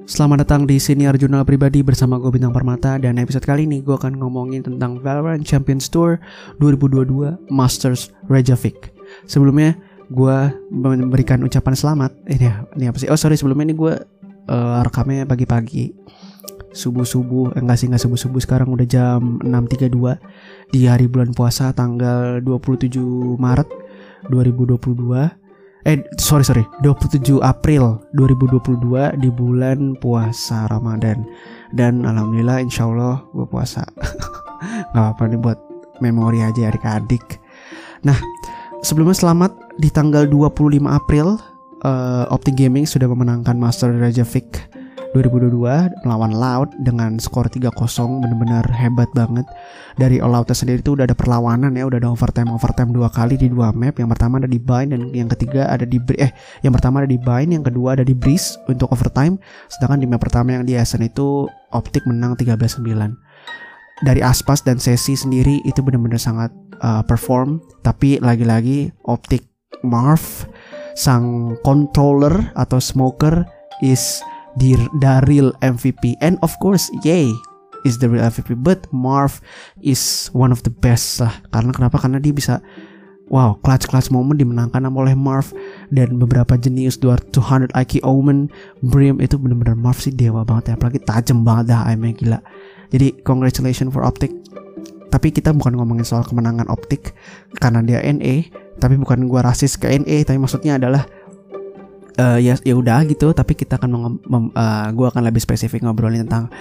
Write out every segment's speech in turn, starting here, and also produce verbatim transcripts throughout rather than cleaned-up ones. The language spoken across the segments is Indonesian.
Selamat datang di Senior Jurnal Pribadi bersama gue Bintang Permata. Dan episode kali ini gue akan ngomongin tentang Valorant Champions Tour dua ribu dua puluh dua Masters Reykjavik. Sebelumnya gue memberikan ucapan selamat. Ini, ini apa sih? Oh sorry, sebelumnya ini gue uh, rekamnya pagi-pagi, subuh-subuh. Enggak sih, enggak subuh-subuh. Sekarang udah jam enam tiga puluh dua di hari bulan puasa tanggal dua puluh tujuh Maret dua ribu dua puluh dua. Eh sorry sorry dua puluh tujuh April dua ribu dua puluh dua di bulan puasa Ramadan. Dan alhamdulillah insyaallah gue puasa. Gak apa-apa nih buat memori aja adik-adik. Nah sebelumnya selamat di tanggal dua puluh lima April uh, Optic Gaming sudah memenangkan Master Reykjavik dua ribu dua puluh dua melawan Loud dengan skor tiga kosong. Bener-bener hebat banget. Dari All Out sendiri itu udah ada perlawanan ya, udah ada overtime overtime dua kali di dua map. Yang pertama ada di Bind dan yang ketiga ada di eh yang pertama ada di Bind, yang kedua ada di Breeze untuk overtime. Sedangkan di map pertama yang di Essen itu Optic menang tiga belas sembilan. Dari Aspas dan Sesi sendiri itu benar-benar sangat uh, perform, tapi lagi-lagi Optic Marv sang controller atau smoker is the, the real M V P, and of course yay is the real M V P, but Marv is one of the best lah. Karena kenapa? Karena dia bisa wow, clutch-clutch moment dimenangkan oleh Marv. Dan beberapa jenius dua ratus I Q Omen, Brim, itu benar-benar Marv sih dewa banget ya. Apalagi tajam banget dah aimnya, gila. Jadi congratulations for Optic. Tapi kita bukan ngomongin soal kemenangan Optic karena dia N A, tapi bukan gua rasis ke N A, tapi maksudnya adalah Uh, ya ya udah gitu. Tapi kita akan meng- mem- uh, gue akan lebih spesifik ngobrolin tentang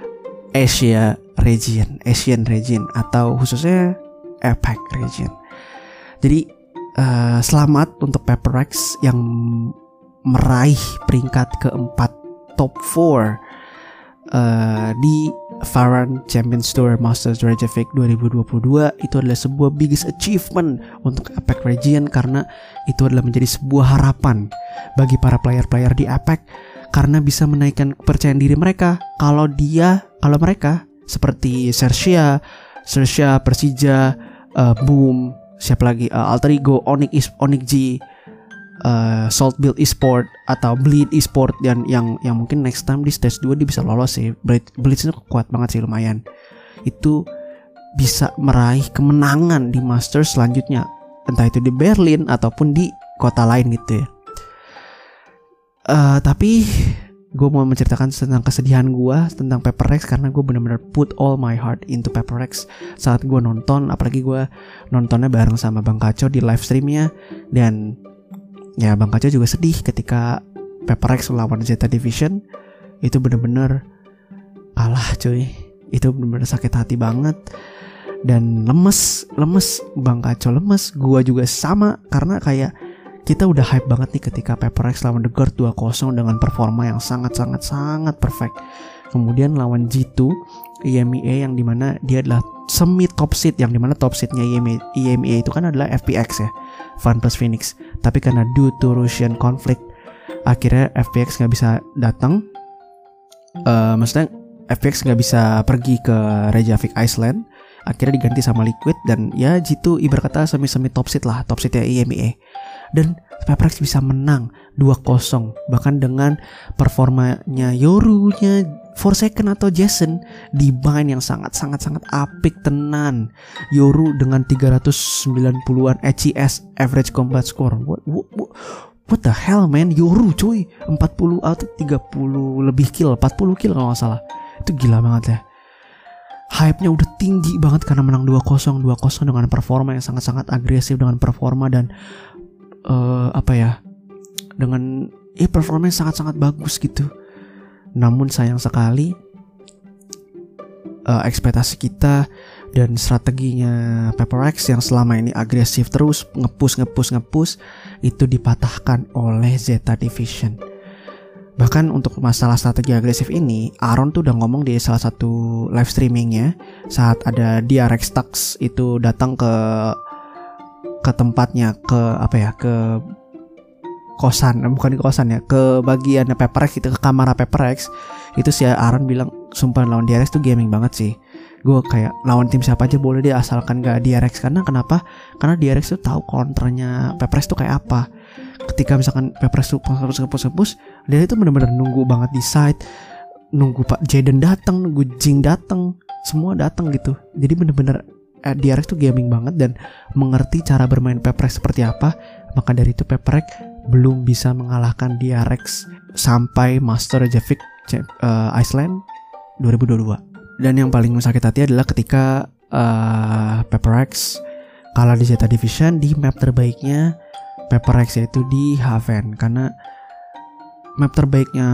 Asia region, Asian region atau khususnya A P A C region. Jadi uh, selamat untuk Paperex yang meraih peringkat keempat top empat uh, di Valorant Champions Tour Masters Reykjavik dua ribu dua puluh dua. Itu adalah sebuah biggest achievement untuk A P A C region karena itu adalah menjadi sebuah harapan bagi para player-player di A P A C karena bisa menaikkan kepercayaan diri mereka. Kalau dia, kalau mereka seperti Sersia, Sersia, Persija, uh, Boom, siapa lagi, uh, Alter Ego, Onyx, Onyx G, Uh, Salt Build Esport atau Bleed Esport, dan yang yang mungkin next time di stage dua dia bisa lolos sih. Bleed, Bleed itu kuat banget sih, lumayan. Itu bisa meraih kemenangan di Masters selanjutnya, entah itu di Berlin ataupun di kota lain gitu ya. Uh, tapi gue mau menceritakan tentang kesedihan gue tentang Paperex karena gue benar-benar put all my heart into Paperex saat gue nonton, apalagi gue nontonnya bareng sama Bang Kaco di live streamnya. Dan ya Bang Kaco juga sedih ketika Paperex melawan Zeta Division. Itu bener-bener kalah cuy. Itu bener-bener sakit hati banget. Dan lemes, lemes Bang Kaco lemes, gua juga sama. Karena kayak kita udah hype banget nih ketika Paperex lawan The Guard dua kosong dengan performa yang sangat-sangat-sangat perfect. Kemudian lawan G dua I M E A yang dimana dia adalah semi top seed, yang dimana top seednya I M E A itu kan adalah F P X ya, Fun plus Phoenix. Tapi karena due to Russian conflict akhirnya F P X nggak bisa datang. Uh, maksudnya F P X nggak bisa pergi ke Reykjavik Iceland. Akhirnya diganti sama Liquid. Dan ya G dua ibarat kata semi-semi top seed lah, top seednya I M E A. Dan Paperex bisa menang dua kosong, bahkan dengan performanya Yorunya Forsaken atau Jason di Bind yang sangat-sangat-sangat apik tenan. Yoru dengan tiga ratus sembilan puluhan H C S average combat score. What, what, what the hell man, Yoru cuy, empat puluh out tiga puluh lebih kill, empat puluh kill kalau gak salah. Itu gila banget ya. Hype-nya udah tinggi banget karena menang dua kosong dengan performa yang sangat-sangat agresif, dengan performa dan uh, apa ya, dengan eh performa yang sangat-sangat bagus gitu. Namun sayang sekali uh, ekspektasi kita dan strateginya Paperex yang selama ini agresif terus ngepush ngepush ngepush itu dipatahkan oleh Zeta Division. Bahkan untuk masalah strategi agresif ini, Aaron tuh udah ngomong di salah satu live streamingnya saat ada D R X Tux itu datang ke ke tempatnya, ke apa ya, ke kosan, bukan di kosan ya, ke bagian Paperex gitu, ke kamar Paperex. Itu si Aaron bilang, sumpah lawan D R X tuh gaming banget sih. Gue kayak lawan tim siapa aja boleh dia asalkan gak D R X. Karena kenapa? Karena D R X tuh tahu counternya Paperex tuh kayak apa. ketika misalkan Peprex tuh nge-push dia itu benar-benar nunggu banget di side, nunggu Pak Jaden datang, nunggu Jing datang, semua datang gitu. Jadi benar-benar eh, D R X tuh gaming banget dan mengerti cara bermain Peprex seperti apa. Maka dari itu Peprex belum bisa mengalahkan D R X sampai Master Reykjavik uh, Iceland dua ribu dua puluh dua. Dan yang paling sakit hati adalah ketika uh, Peprex kalah di Zeta Division di map terbaiknya Peprex, yaitu di Haven. Karena map terbaiknya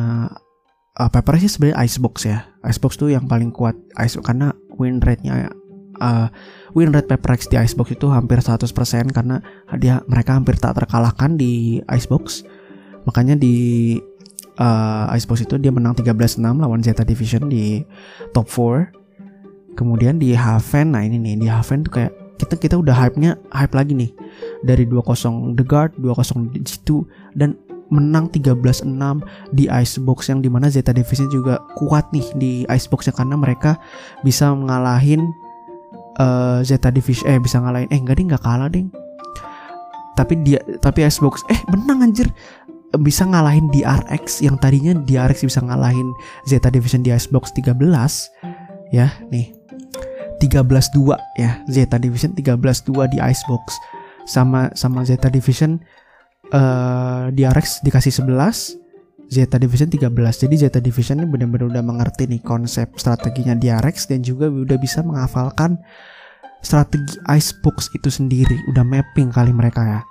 uh, Peprex sih sebenarnya Icebox ya. Icebox tuh yang paling kuat Ice, karena win rate-nya uh, win rate Peprex di Icebox itu hampir seratus persen karena dia mereka hampir tak terkalahkan di Icebox. Makanya di uh, Icebox itu dia menang tiga belas enam lawan Zeta Division di top empat. Kemudian di Haven, nah ini nih di Haven tuh kayak kita kita udah hype-nya hype lagi nih. Dari dua nol The Guard, dua nol G dua dan menang tiga belas enam di Icebox, yang dimana Zeta Division juga kuat nih di Icebox-nya karena mereka bisa ngalahin uh, Zeta Division eh bisa ngalahin eh enggak deh enggak kalah deh. Tapi dia tapi Icebox eh menang anjir, bisa ngalahin D R X yang tadinya D R X bisa ngalahin Zeta Division di Icebox tiga belas ya nih. tiga belas dua ya, Zeta Division tiga belas dua di Icebox. Sama sama Zeta Division uh, D R X dikasih sebelas, Zeta Division tiga belas. Jadi Zeta Division ini benar-benar udah mengerti nih konsep strateginya D R X dan juga udah bisa menghafalkan strategi Icebox itu sendiri. Udah mapping kali mereka ya.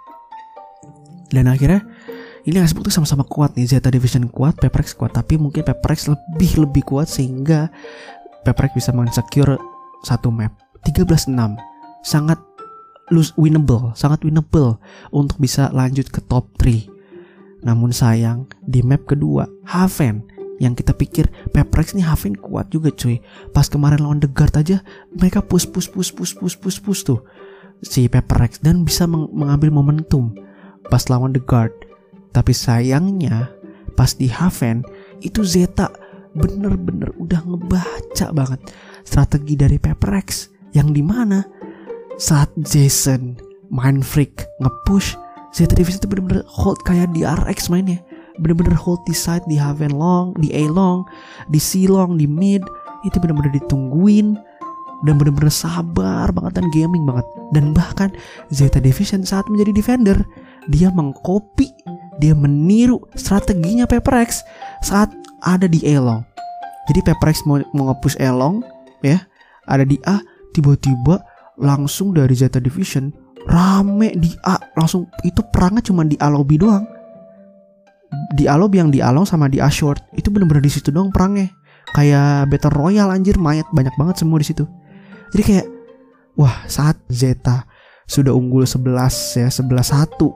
Dan akhirnya ini Icebox tuh sama-sama kuat nih. Zeta Division kuat, Peprex kuat, tapi mungkin Peprex lebih lebih kuat sehingga Peprex bisa men-secure satu map tiga belas enam. Sangat lose winnable, sangat winnable untuk bisa lanjut ke top tiga. Namun sayang di map kedua Haven, yang kita pikir Peprex nih Haven kuat juga cuy. Pas kemarin lawan The Guard aja mereka push push push push push push push tuh si Peprex dan bisa meng- mengambil momentum pas lawan The Guard. Tapi sayangnya pas di Haven itu Zeta bener-bener udah ngebaca banget strategi dari Peprex, yang dimana saat Jason Mind Freak nge-push, Zeta Division itu bener-bener hold kayak di R X mainnya, bener-bener hold di side, di Haven long, di A long, di C long, di mid, itu bener-bener ditungguin dan bener-bener sabar banget dan gaming banget. Dan bahkan Zeta Division saat menjadi defender, dia mengcopy, dia meniru strateginya Peprex saat ada di A long. Jadi Peprex mau, mau nge-push A long ya, ada di A, tiba-tiba langsung dari Zeta Division rame di A, langsung itu perangnya cuma di A lobby doang. Di A lobby yang di A long sama di A short itu benar-benar di situ doang perangnya. Kayak Battle Royale anjir, mayat banyak banget semua di situ. Jadi kayak wah, saat Zeta sudah unggul sebelas ya, sebelas satu.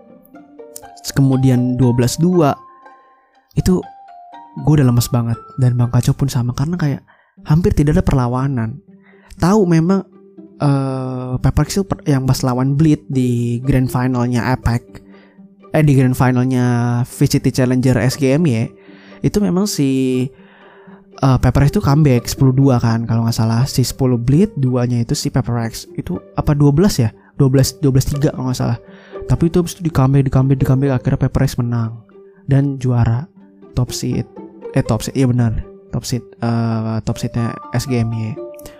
Kemudian dua belas dua. Itu gue udah lemes banget, dan Bang Kacau pun sama karena kayak hampir tidak ada perlawanan. Tahu memang uh, Peprex itu yang pas lawan Bleed di grand finalnya Apex, eh di grand finalnya V C T Challenger S G M ya, itu memang si uh, Peprex itu comeback sepuluh dua kan kalau nggak salah. Si sepuluh Bleed, duanya itu si Peprex. Itu apa dua belas ya? dua belas tiga kalau nggak salah. Tapi itu habis itu di comeback, di comeback, di comeback akhirnya Peprex menang dan juara top seed. Eh top seed, iya benar. Top seed, uh, top seednya S G M Y.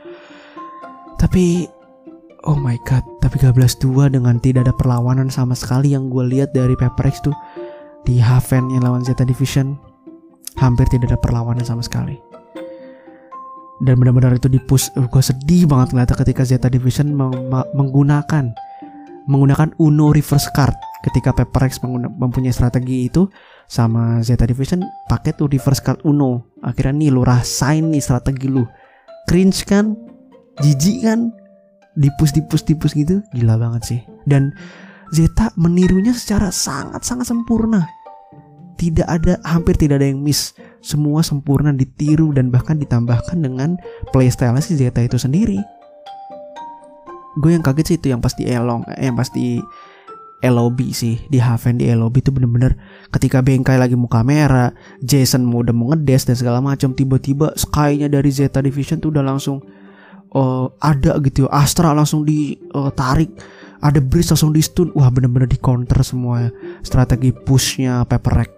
Tapi oh my god, tapi tiga belas dua dengan tidak ada perlawanan sama sekali yang gue lihat dari Peprex tuh di Haven yang lawan Zeta Division. Hampir tidak ada perlawanan sama sekali. Dan benar-benar itu di-push. Gue sedih banget ngeliatnya ketika Zeta Division meng- menggunakan menggunakan Uno reverse card. Ketika Peprex mempunyai strategi itu sama Zeta Division pakai tuh reverse card Uno. Akhirnya nih lu rasain nih strategi lu. Cringe kan? Jijik kan? Dipus dipus dipus gitu. Gila banget sih. Dan Zeta menirunya secara sangat-sangat sempurna. Tidak ada, hampir tidak ada yang miss. Semua sempurna ditiru dan bahkan ditambahkan dengan playstyle si Zeta itu sendiri. Gue yang kaget sih itu yang pas di Elong, eh, yang pas di Lobby sih, di Haven di Lobby itu bener-bener ketika Bengkai lagi mau kamera, Jason mau udah mau ngedes dan segala macam, tiba-tiba Sky-nya dari Zeta Division tuh udah langsung uh, ada gitu ya, Astra langsung ditarik, ada breeze langsung di stun. Wah bener-bener di counter semua strategi pushnya Pepper Rec.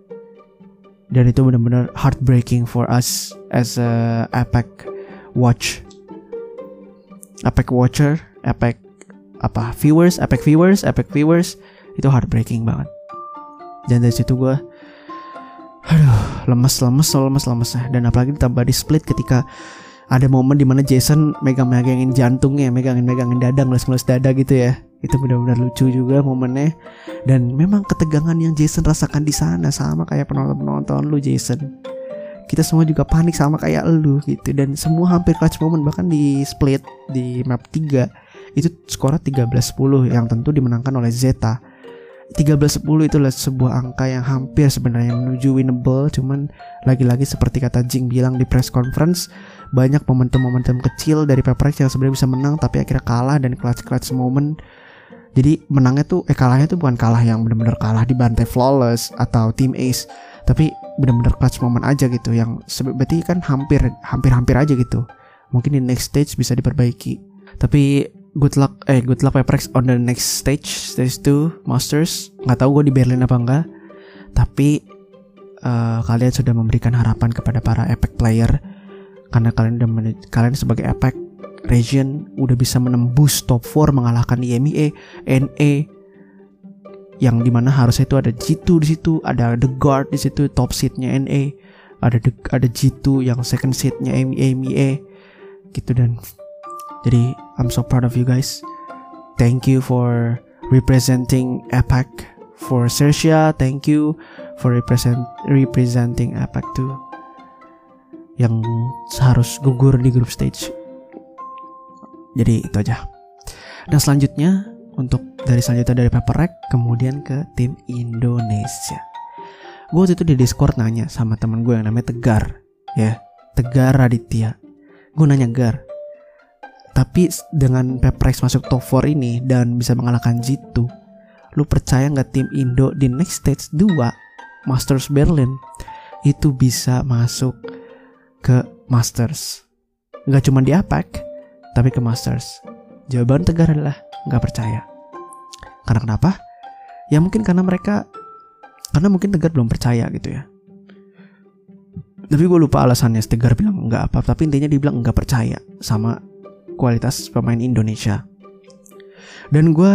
Dan itu bener-bener heartbreaking for us as a Apex watch Apex watcher, Apex apa viewers, Apex viewers, Apex viewers itu heartbreaking banget. Dan dari situ gue aduh lemes lemes lemes lemes ya. Dan apalagi ditambah di split ketika ada momen dimana Jason megang-megangin jantungnya, megangin-megangin dada, ngelus-ngelus dada gitu ya. Itu benar-benar lucu juga momennya. Dan memang ketegangan yang Jason rasakan di sana sama kayak penonton-penonton lu Jason. Kita semua juga panik sama kayak lu gitu. Dan semua hampir clutch moment. Bahkan di split di map tiga itu skornya tiga belas sepuluh yang tentu dimenangkan oleh Zeta. tiga belas sepuluh itulah sebuah angka yang hampir sebenarnya menuju winnable. Cuman lagi-lagi seperti kata Jing bilang di press conference, banyak momentum-momentum kecil dari Pepper Rec yang sebenarnya bisa menang tapi akhirnya kalah dan clutch-clutch moment. Jadi menangnya tuh eh kalahnya tuh bukan kalah yang benar-benar kalah dibantai flawless atau team ace, tapi benar-benar clutch moment aja gitu yang berarti kan hampir hampir-hampir aja gitu. Mungkin di next stage bisa diperbaiki. Tapi good luck eh good luck Pepper Rec on the next stage, stage two Masters. Nggak tahu gue di Berlin apa enggak. Tapi uh, kalian sudah memberikan harapan kepada para Apex player karena kalian udah men- kalian sebagai Apex region udah bisa menembus top four mengalahkan I M E A, N A yang dimana harusnya itu ada G two di situ, ada The Guard di situ top seednya N A, ada the, ada G two yang second seednya I M E A gitu. Dan jadi I'm so proud of you guys. Thank you for representing Apex for Sersia. Thank you for represent representing Apex too yang harus gugur di group stage. Jadi itu aja. Dan selanjutnya untuk dari selanjutnya dari Pepper Rec kemudian ke tim Indonesia. Gue waktu itu di Discord nanya sama teman gue yang namanya Tegar, ya Tegar Raditya. Gue nanya Gar, tapi dengan Pepper Rec masuk top four ini dan bisa mengalahkan G two, lu percaya nggak tim Indo di next stage dua Masters Berlin itu bisa masuk ke Masters? Nggak cuma di Apex tapi ke Masters. Jawaban Tegar adalah nggak percaya. Karena kenapa? Ya mungkin karena mereka karena mungkin Tegar belum percaya gitu ya. Tapi gue lupa alasannya. Tegar bilang nggak apa, tapi intinya dia bilang nggak percaya sama kualitas pemain Indonesia. Dan gue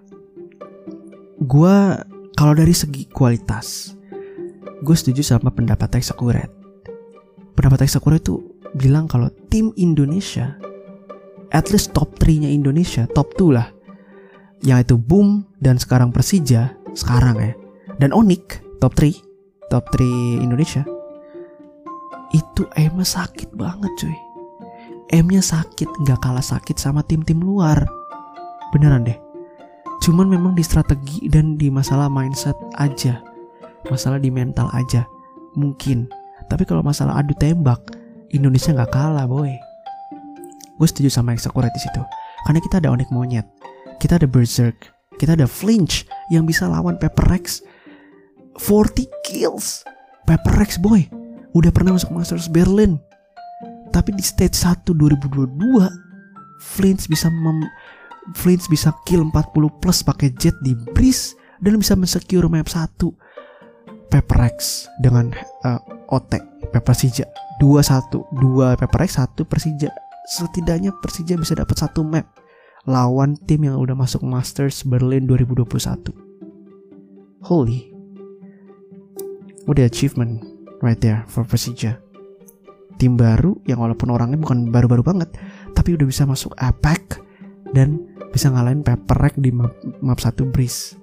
gue kalau dari segi kualitas gue setuju sama pendapat Texakuret. Pendapat Texakuret itu bilang kalau tim Indonesia at least top three-nya Indonesia, top two lah, yang itu Boom dan sekarang Persija sekarang ya, dan Onyx top three top three Indonesia itu M-nya sakit banget cuy. M-nya sakit, gak kalah sakit sama tim-tim luar. Beneran deh. Cuman memang di strategi dan di masalah mindset aja, masalah di mental aja mungkin. Tapi kalau masalah adu tembak Indonesia gak kalah boy. Gue setuju sama Exakuret di situ. Karena kita ada Onyx Monyet, kita ada Berserk, kita ada Flinch yang bisa lawan Pepper Rec forty kills. Pepper Rec boy udah pernah masuk Masters Berlin, tapi di stage satu dua ribu dua puluh dua Flinch bisa mem- Flinch bisa kill empat puluh plus pakai jet di Breeze dan bisa mensecure map satu. Pepper Rec dengan uh, O T Persija dua satu, dua Pepper Rec satu Persija. Setidaknya Persija bisa dapat satu map lawan tim yang udah masuk Masters Berlin dua ribu dua puluh satu. Holy, what the achievement right there for Persija. Tim baru yang walaupun orangnya bukan baru-baru banget, tapi udah bisa masuk Apex dan bisa ngalahin Pepper Rec di map, map satu Breeze.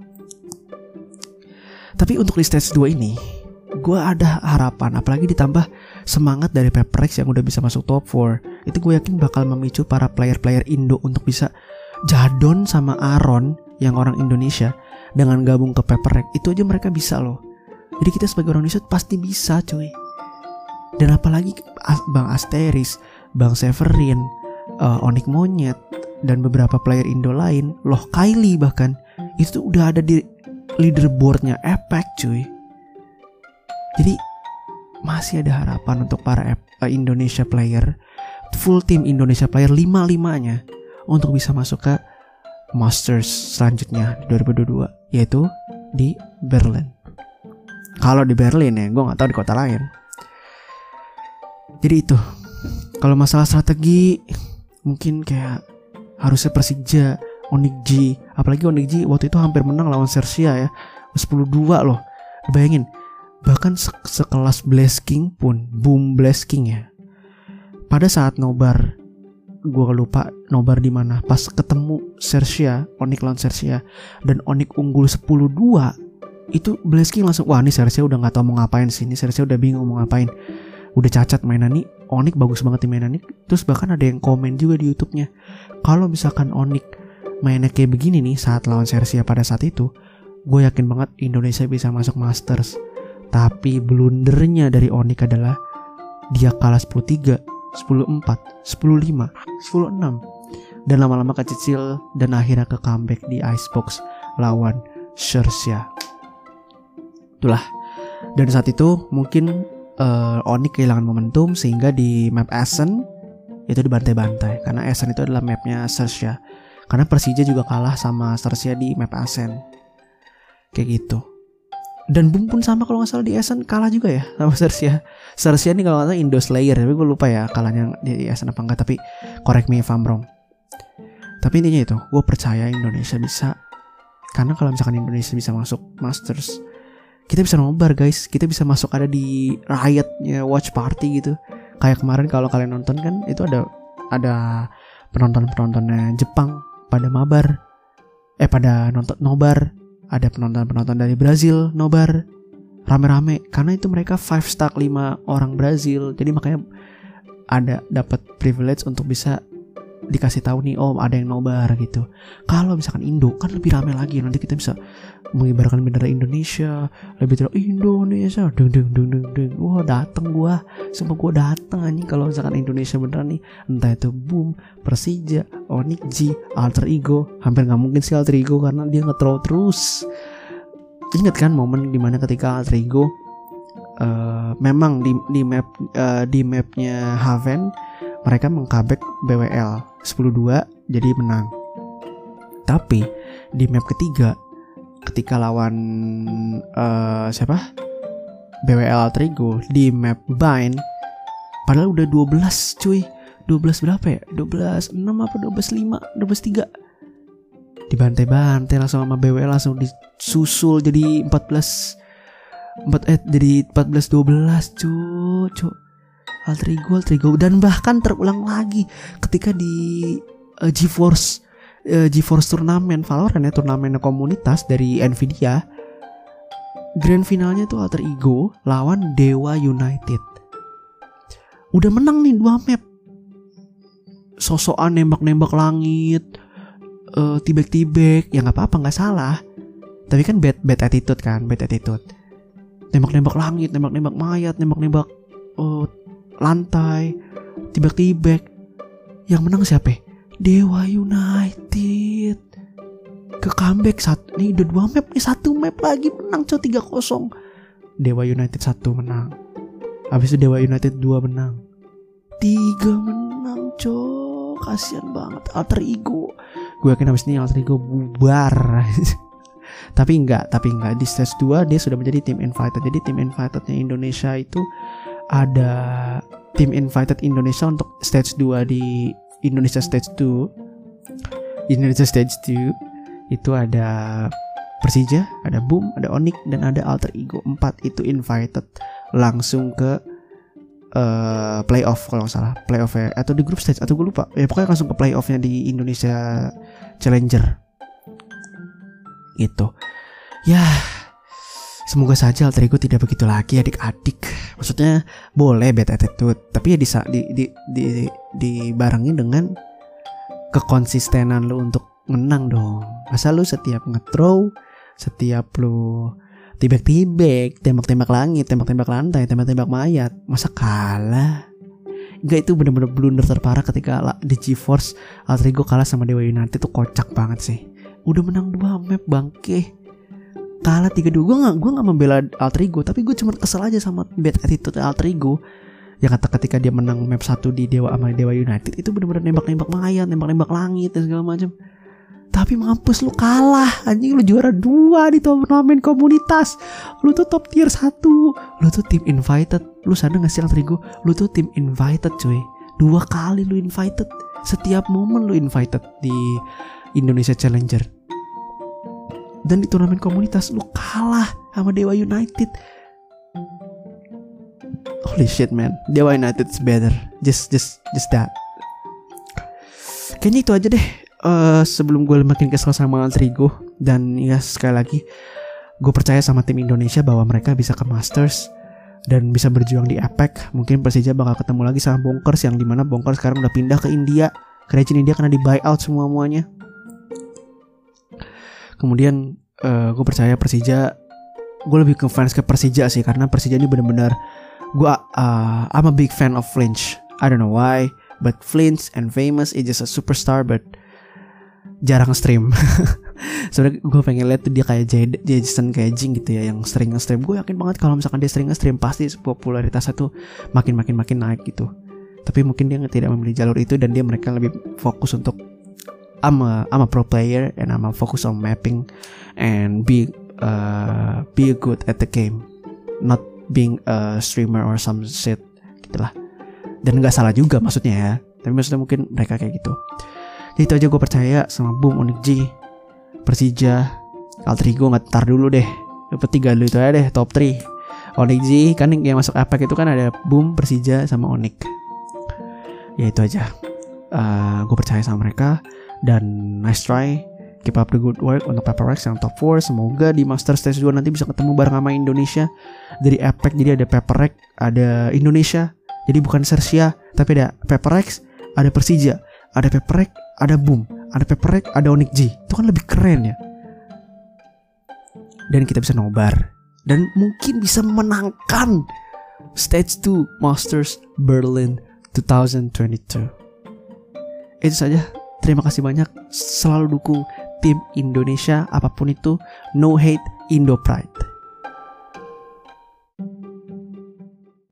Tapi untuk di stage dua ini gue ada harapan, apalagi ditambah semangat dari Pepper Rec yang udah bisa masuk top four. Itu gue yakin bakal memicu para player-player Indo untuk bisa Jadon sama Aaron yang orang Indonesia dengan gabung ke Pepper Rec. Itu aja mereka bisa loh. Jadi kita sebagai orang Indonesia pasti bisa cuy. Dan apalagi Bang Asteris, Bang Severin, uh, Onyx Monyet dan beberapa player Indo lain, loh Kylie bahkan itu udah ada di leaderboardnya Apex cuy. Jadi masih ada harapan untuk para Indonesia player, full team Indonesia player lima-limanya untuk bisa masuk ke Masters selanjutnya di dua ribu dua puluh dua, yaitu di Berlin. Kalau di Berlin ya, gue nggak tahu di kota lain. Jadi itu, kalau masalah strategi mungkin kayak harusnya Persija, Onyx G, apalagi Onyx G waktu itu hampir menang lawan Cersia ya, sepuluh dua loh. Bayangin, bahkan se- sekelas Blasking pun, Boom Blasking ya. Pada saat nobar, gue lupa nobar di mana, pas ketemu Cersia, Onyx lawan Cersia, dan Onyx unggul sepuluh dua, itu Blasking langsung, wah ini Cersia udah nggak tahu mau ngapain sih, ini Cersia udah bingung mau ngapain. Udah cacat mainan nih, Onyx bagus banget di mainan nih. Terus bahkan ada yang komen juga di YouTube-nya, kalau misalkan Onyx mainnya kayak begini nih saat lawan Cersia pada saat itu, gue yakin banget Indonesia bisa masuk Masters. Tapi blundernya dari Onyx adalah dia kalah sepuluh tiga, sepuluh empat, sepuluh lima, sepuluh enam, dan lama-lama kecil dan akhirnya ke comeback di Icebox lawan Cersia. Itulah. Dan saat itu mungkin Uh, Onyx kehilangan momentum sehingga di map Essen itu dibantai-bantai, karena Essen itu adalah mapnya Cersia. Karena Persija juga kalah sama Cersia di map Essen, kayak gitu. Dan Boom pun sama kalau nggak salah di Essen kalah juga ya sama Cersia. Cersia ini kalau nggak salah Indo Slayer, tapi gue lupa ya kalahnya di Essen apa enggak. Tapi correct me if I'm wrong. Tapi intinya itu, gue percaya Indonesia bisa. Karena kalau misalkan Indonesia bisa masuk Masters, kita bisa nobar guys, kita bisa masuk ada di Riot-nya watch party gitu. Kayak kemarin kalau kalian nonton kan, itu ada ada penonton-penontonnya Jepang pada mabar, eh pada nonton nobar, ada penonton-penonton dari Brazil nobar, rame-rame, karena itu mereka five stack lima orang Brazil, jadi makanya ada dapat privilege untuk bisa dikasih tahu nih, oh ada yang nobar gitu. Kalau misalkan Indo kan lebih rame lagi, nanti kita bisa mengibarkan bendera Indonesia, lebih terus Indonesia, deng deng deng deng deng, wah dateng gua, sumpah gua dateng anjing kalau misalkan Indonesia beneran nih, entah itu Boom, Persija, Onyx G, Alter Ego, hampir nggak mungkin sih Alter Ego karena dia nge-throw terus. Ingat kan momen dimana ketika Alter Ego uh, memang di di map uh, di mapnya Haven mereka meng-comeback B W L sepuluh dua jadi menang. Tapi di map ketiga ketika lawan uh, siapa? B W L Alter Ego di map Bind, padahal udah dua belas cuy. dua belas berapa ya? dua belas enam apa dua belas lima, dua belas tiga. Dibantai-bantai langsung sama B W L, langsung disusul jadi empat belas empat eh jadi empat belas dua belas cuy, cuy. Alter Ego, Alter Ego, dan bahkan terulang lagi ketika di uh, GeForce uh, GeForce turnamen Valorant ya, turnamen komunitas dari Nvidia. Grand finalnya tuh Alter Ego lawan Dewa United. Udah menang nih dua map. Sosokan nembak-nembak langit, uh, tibek-tibek, ya nggak apa-apa, nggak salah. Tapi kan bad bad attitude kan, bad attitude. Nembak-nembak langit, nembak-nembak mayat, nembak-nembak uh, lantai, tibek-tibek. Yang menang siapa? Dewa United. Ke comeback satu. Nih udah dua map nih, satu map lagi menang coy, tiga kosong. Dewa United satu menang. Habis itu Dewa United dua menang. tiga menang coy. Kasian banget Alter Ego. Gue yakin habis ini Alter Ego bubar. Tapi enggak, tapi enggak. Di stage dua dia sudah menjadi tim invited. Jadi tim invitednya Indonesia itu ada tim invited Indonesia untuk stage dua di Indonesia stage dua. Indonesia stage dua itu ada Persija, ada Boom, ada Onyx, dan ada Alter Ego. Empat itu invited langsung ke uh, playoff kalau nggak salah, playoff ya, atau di group stage atau gue lupa. Ya pokoknya langsung ke playoffnya di Indonesia Challenger. Gitu. Ya. Semoga saja Alter Ego tidak begitu lagi adik-adik. Maksudnya boleh bad attitude, tapi ya di di di di, dibarengi dengan kekonsistenan lu untuk menang dong. Masa lu setiap nge-throw, setiap lu tibek-tibek, tembak-tembak langit, tembak-tembak lantai, tembak-tembak mayat, masa kalah? Enggak, itu benar-benar blunder terparah ketika di GeForce Alter Ego kalah sama Dewa United. Itu kocak banget sih. Udah menang dua map bangke, kalah tiga dua. Gue gak, gue gak membela Alter Ego, tapi gue cuma kesel aja sama bad attitude Alter Ego. Yang kata ketika dia menang map satu di Dewa sama Dewa United, itu benar-benar nembak-nembak mayat, nembak-nembak langit dan segala macam. Tapi mampus lu kalah. Anjing, lu juara dua di turnamen komunitas. Lu tuh top tier satu. Lu tuh tim invited. Lu sadar gak sih Altrigo? Lu tuh tim invited cuy. Dua kali lu invited. Setiap momen lu invited di Indonesia Challenger. Dan di turnamen komunitas lu kalah sama Dewa United. Holy shit man, Dewa United is better. Just just just that. Kayaknya itu aja deh. Uh, sebelum gue makin kesel sama Altrigo. Dan ya sekali lagi, gue percaya sama tim Indonesia bahwa mereka bisa ke Masters dan bisa berjuang di APEC. Mungkin Persija bakal ketemu lagi sama Bonkers, yang dimana Bonkers sekarang udah pindah ke India, ke region India karena di buyout semua-muanya. Kemudian uh, gue percaya Persija, gue lebih ke fans ke Persija sih, karena Persija ini benar-benar gue uh, I'm a big fan of Flinch. I don't know why, but Flinch and Famous is just a superstar, but jarang stream. Sebenarnya gue pengen lihat tuh dia kayak Jason kayak Jing gitu ya, yang sering nge-stream. Gue yakin banget kalau misalkan dia sering nge-stream pasti popularitasnya tuh makin makin makin naik gitu. Tapi mungkin dia tidak memilih jalur itu, dan dia mereka lebih fokus untuk I'm a, I'm a pro player and I'm a focus on mapping and be uh, be good at the game, not being a streamer or some shit gitulah. Dan nggak salah juga maksudnya ya, tapi maksudnya mungkin mereka kayak gitu. Jadi itu aja, gue percaya sama Boom, Onyx G, Persija, Altrigo nggak tar dulu deh. Dapat tiga dulu itu aja deh, top tiga. Onyx G kan yang masuk APEC itu kan ada Boom, Persija sama Onyx. Ya itu aja. Uh, gue percaya sama mereka. Dan nice try, keep up the good work untuk Paper Rex yang top empat. Semoga di Master Stage dua nanti bisa ketemu bareng sama Indonesia. Dari APEC jadi ada Paper Rex, ada Indonesia. Jadi bukan Sersia, tapi ada Paper Rex, ada Persija, ada Paper Rex, ada Boom, ada Paper Rex, ada Onyx G. Itu kan lebih keren ya. Dan kita bisa nobar, dan mungkin bisa memenangkan Stage dua Masters Berlin dua ribu dua puluh dua. Itu saja. Terima kasih banyak. Selalu dukung tim Indonesia apapun itu. No hate, Indo Pride.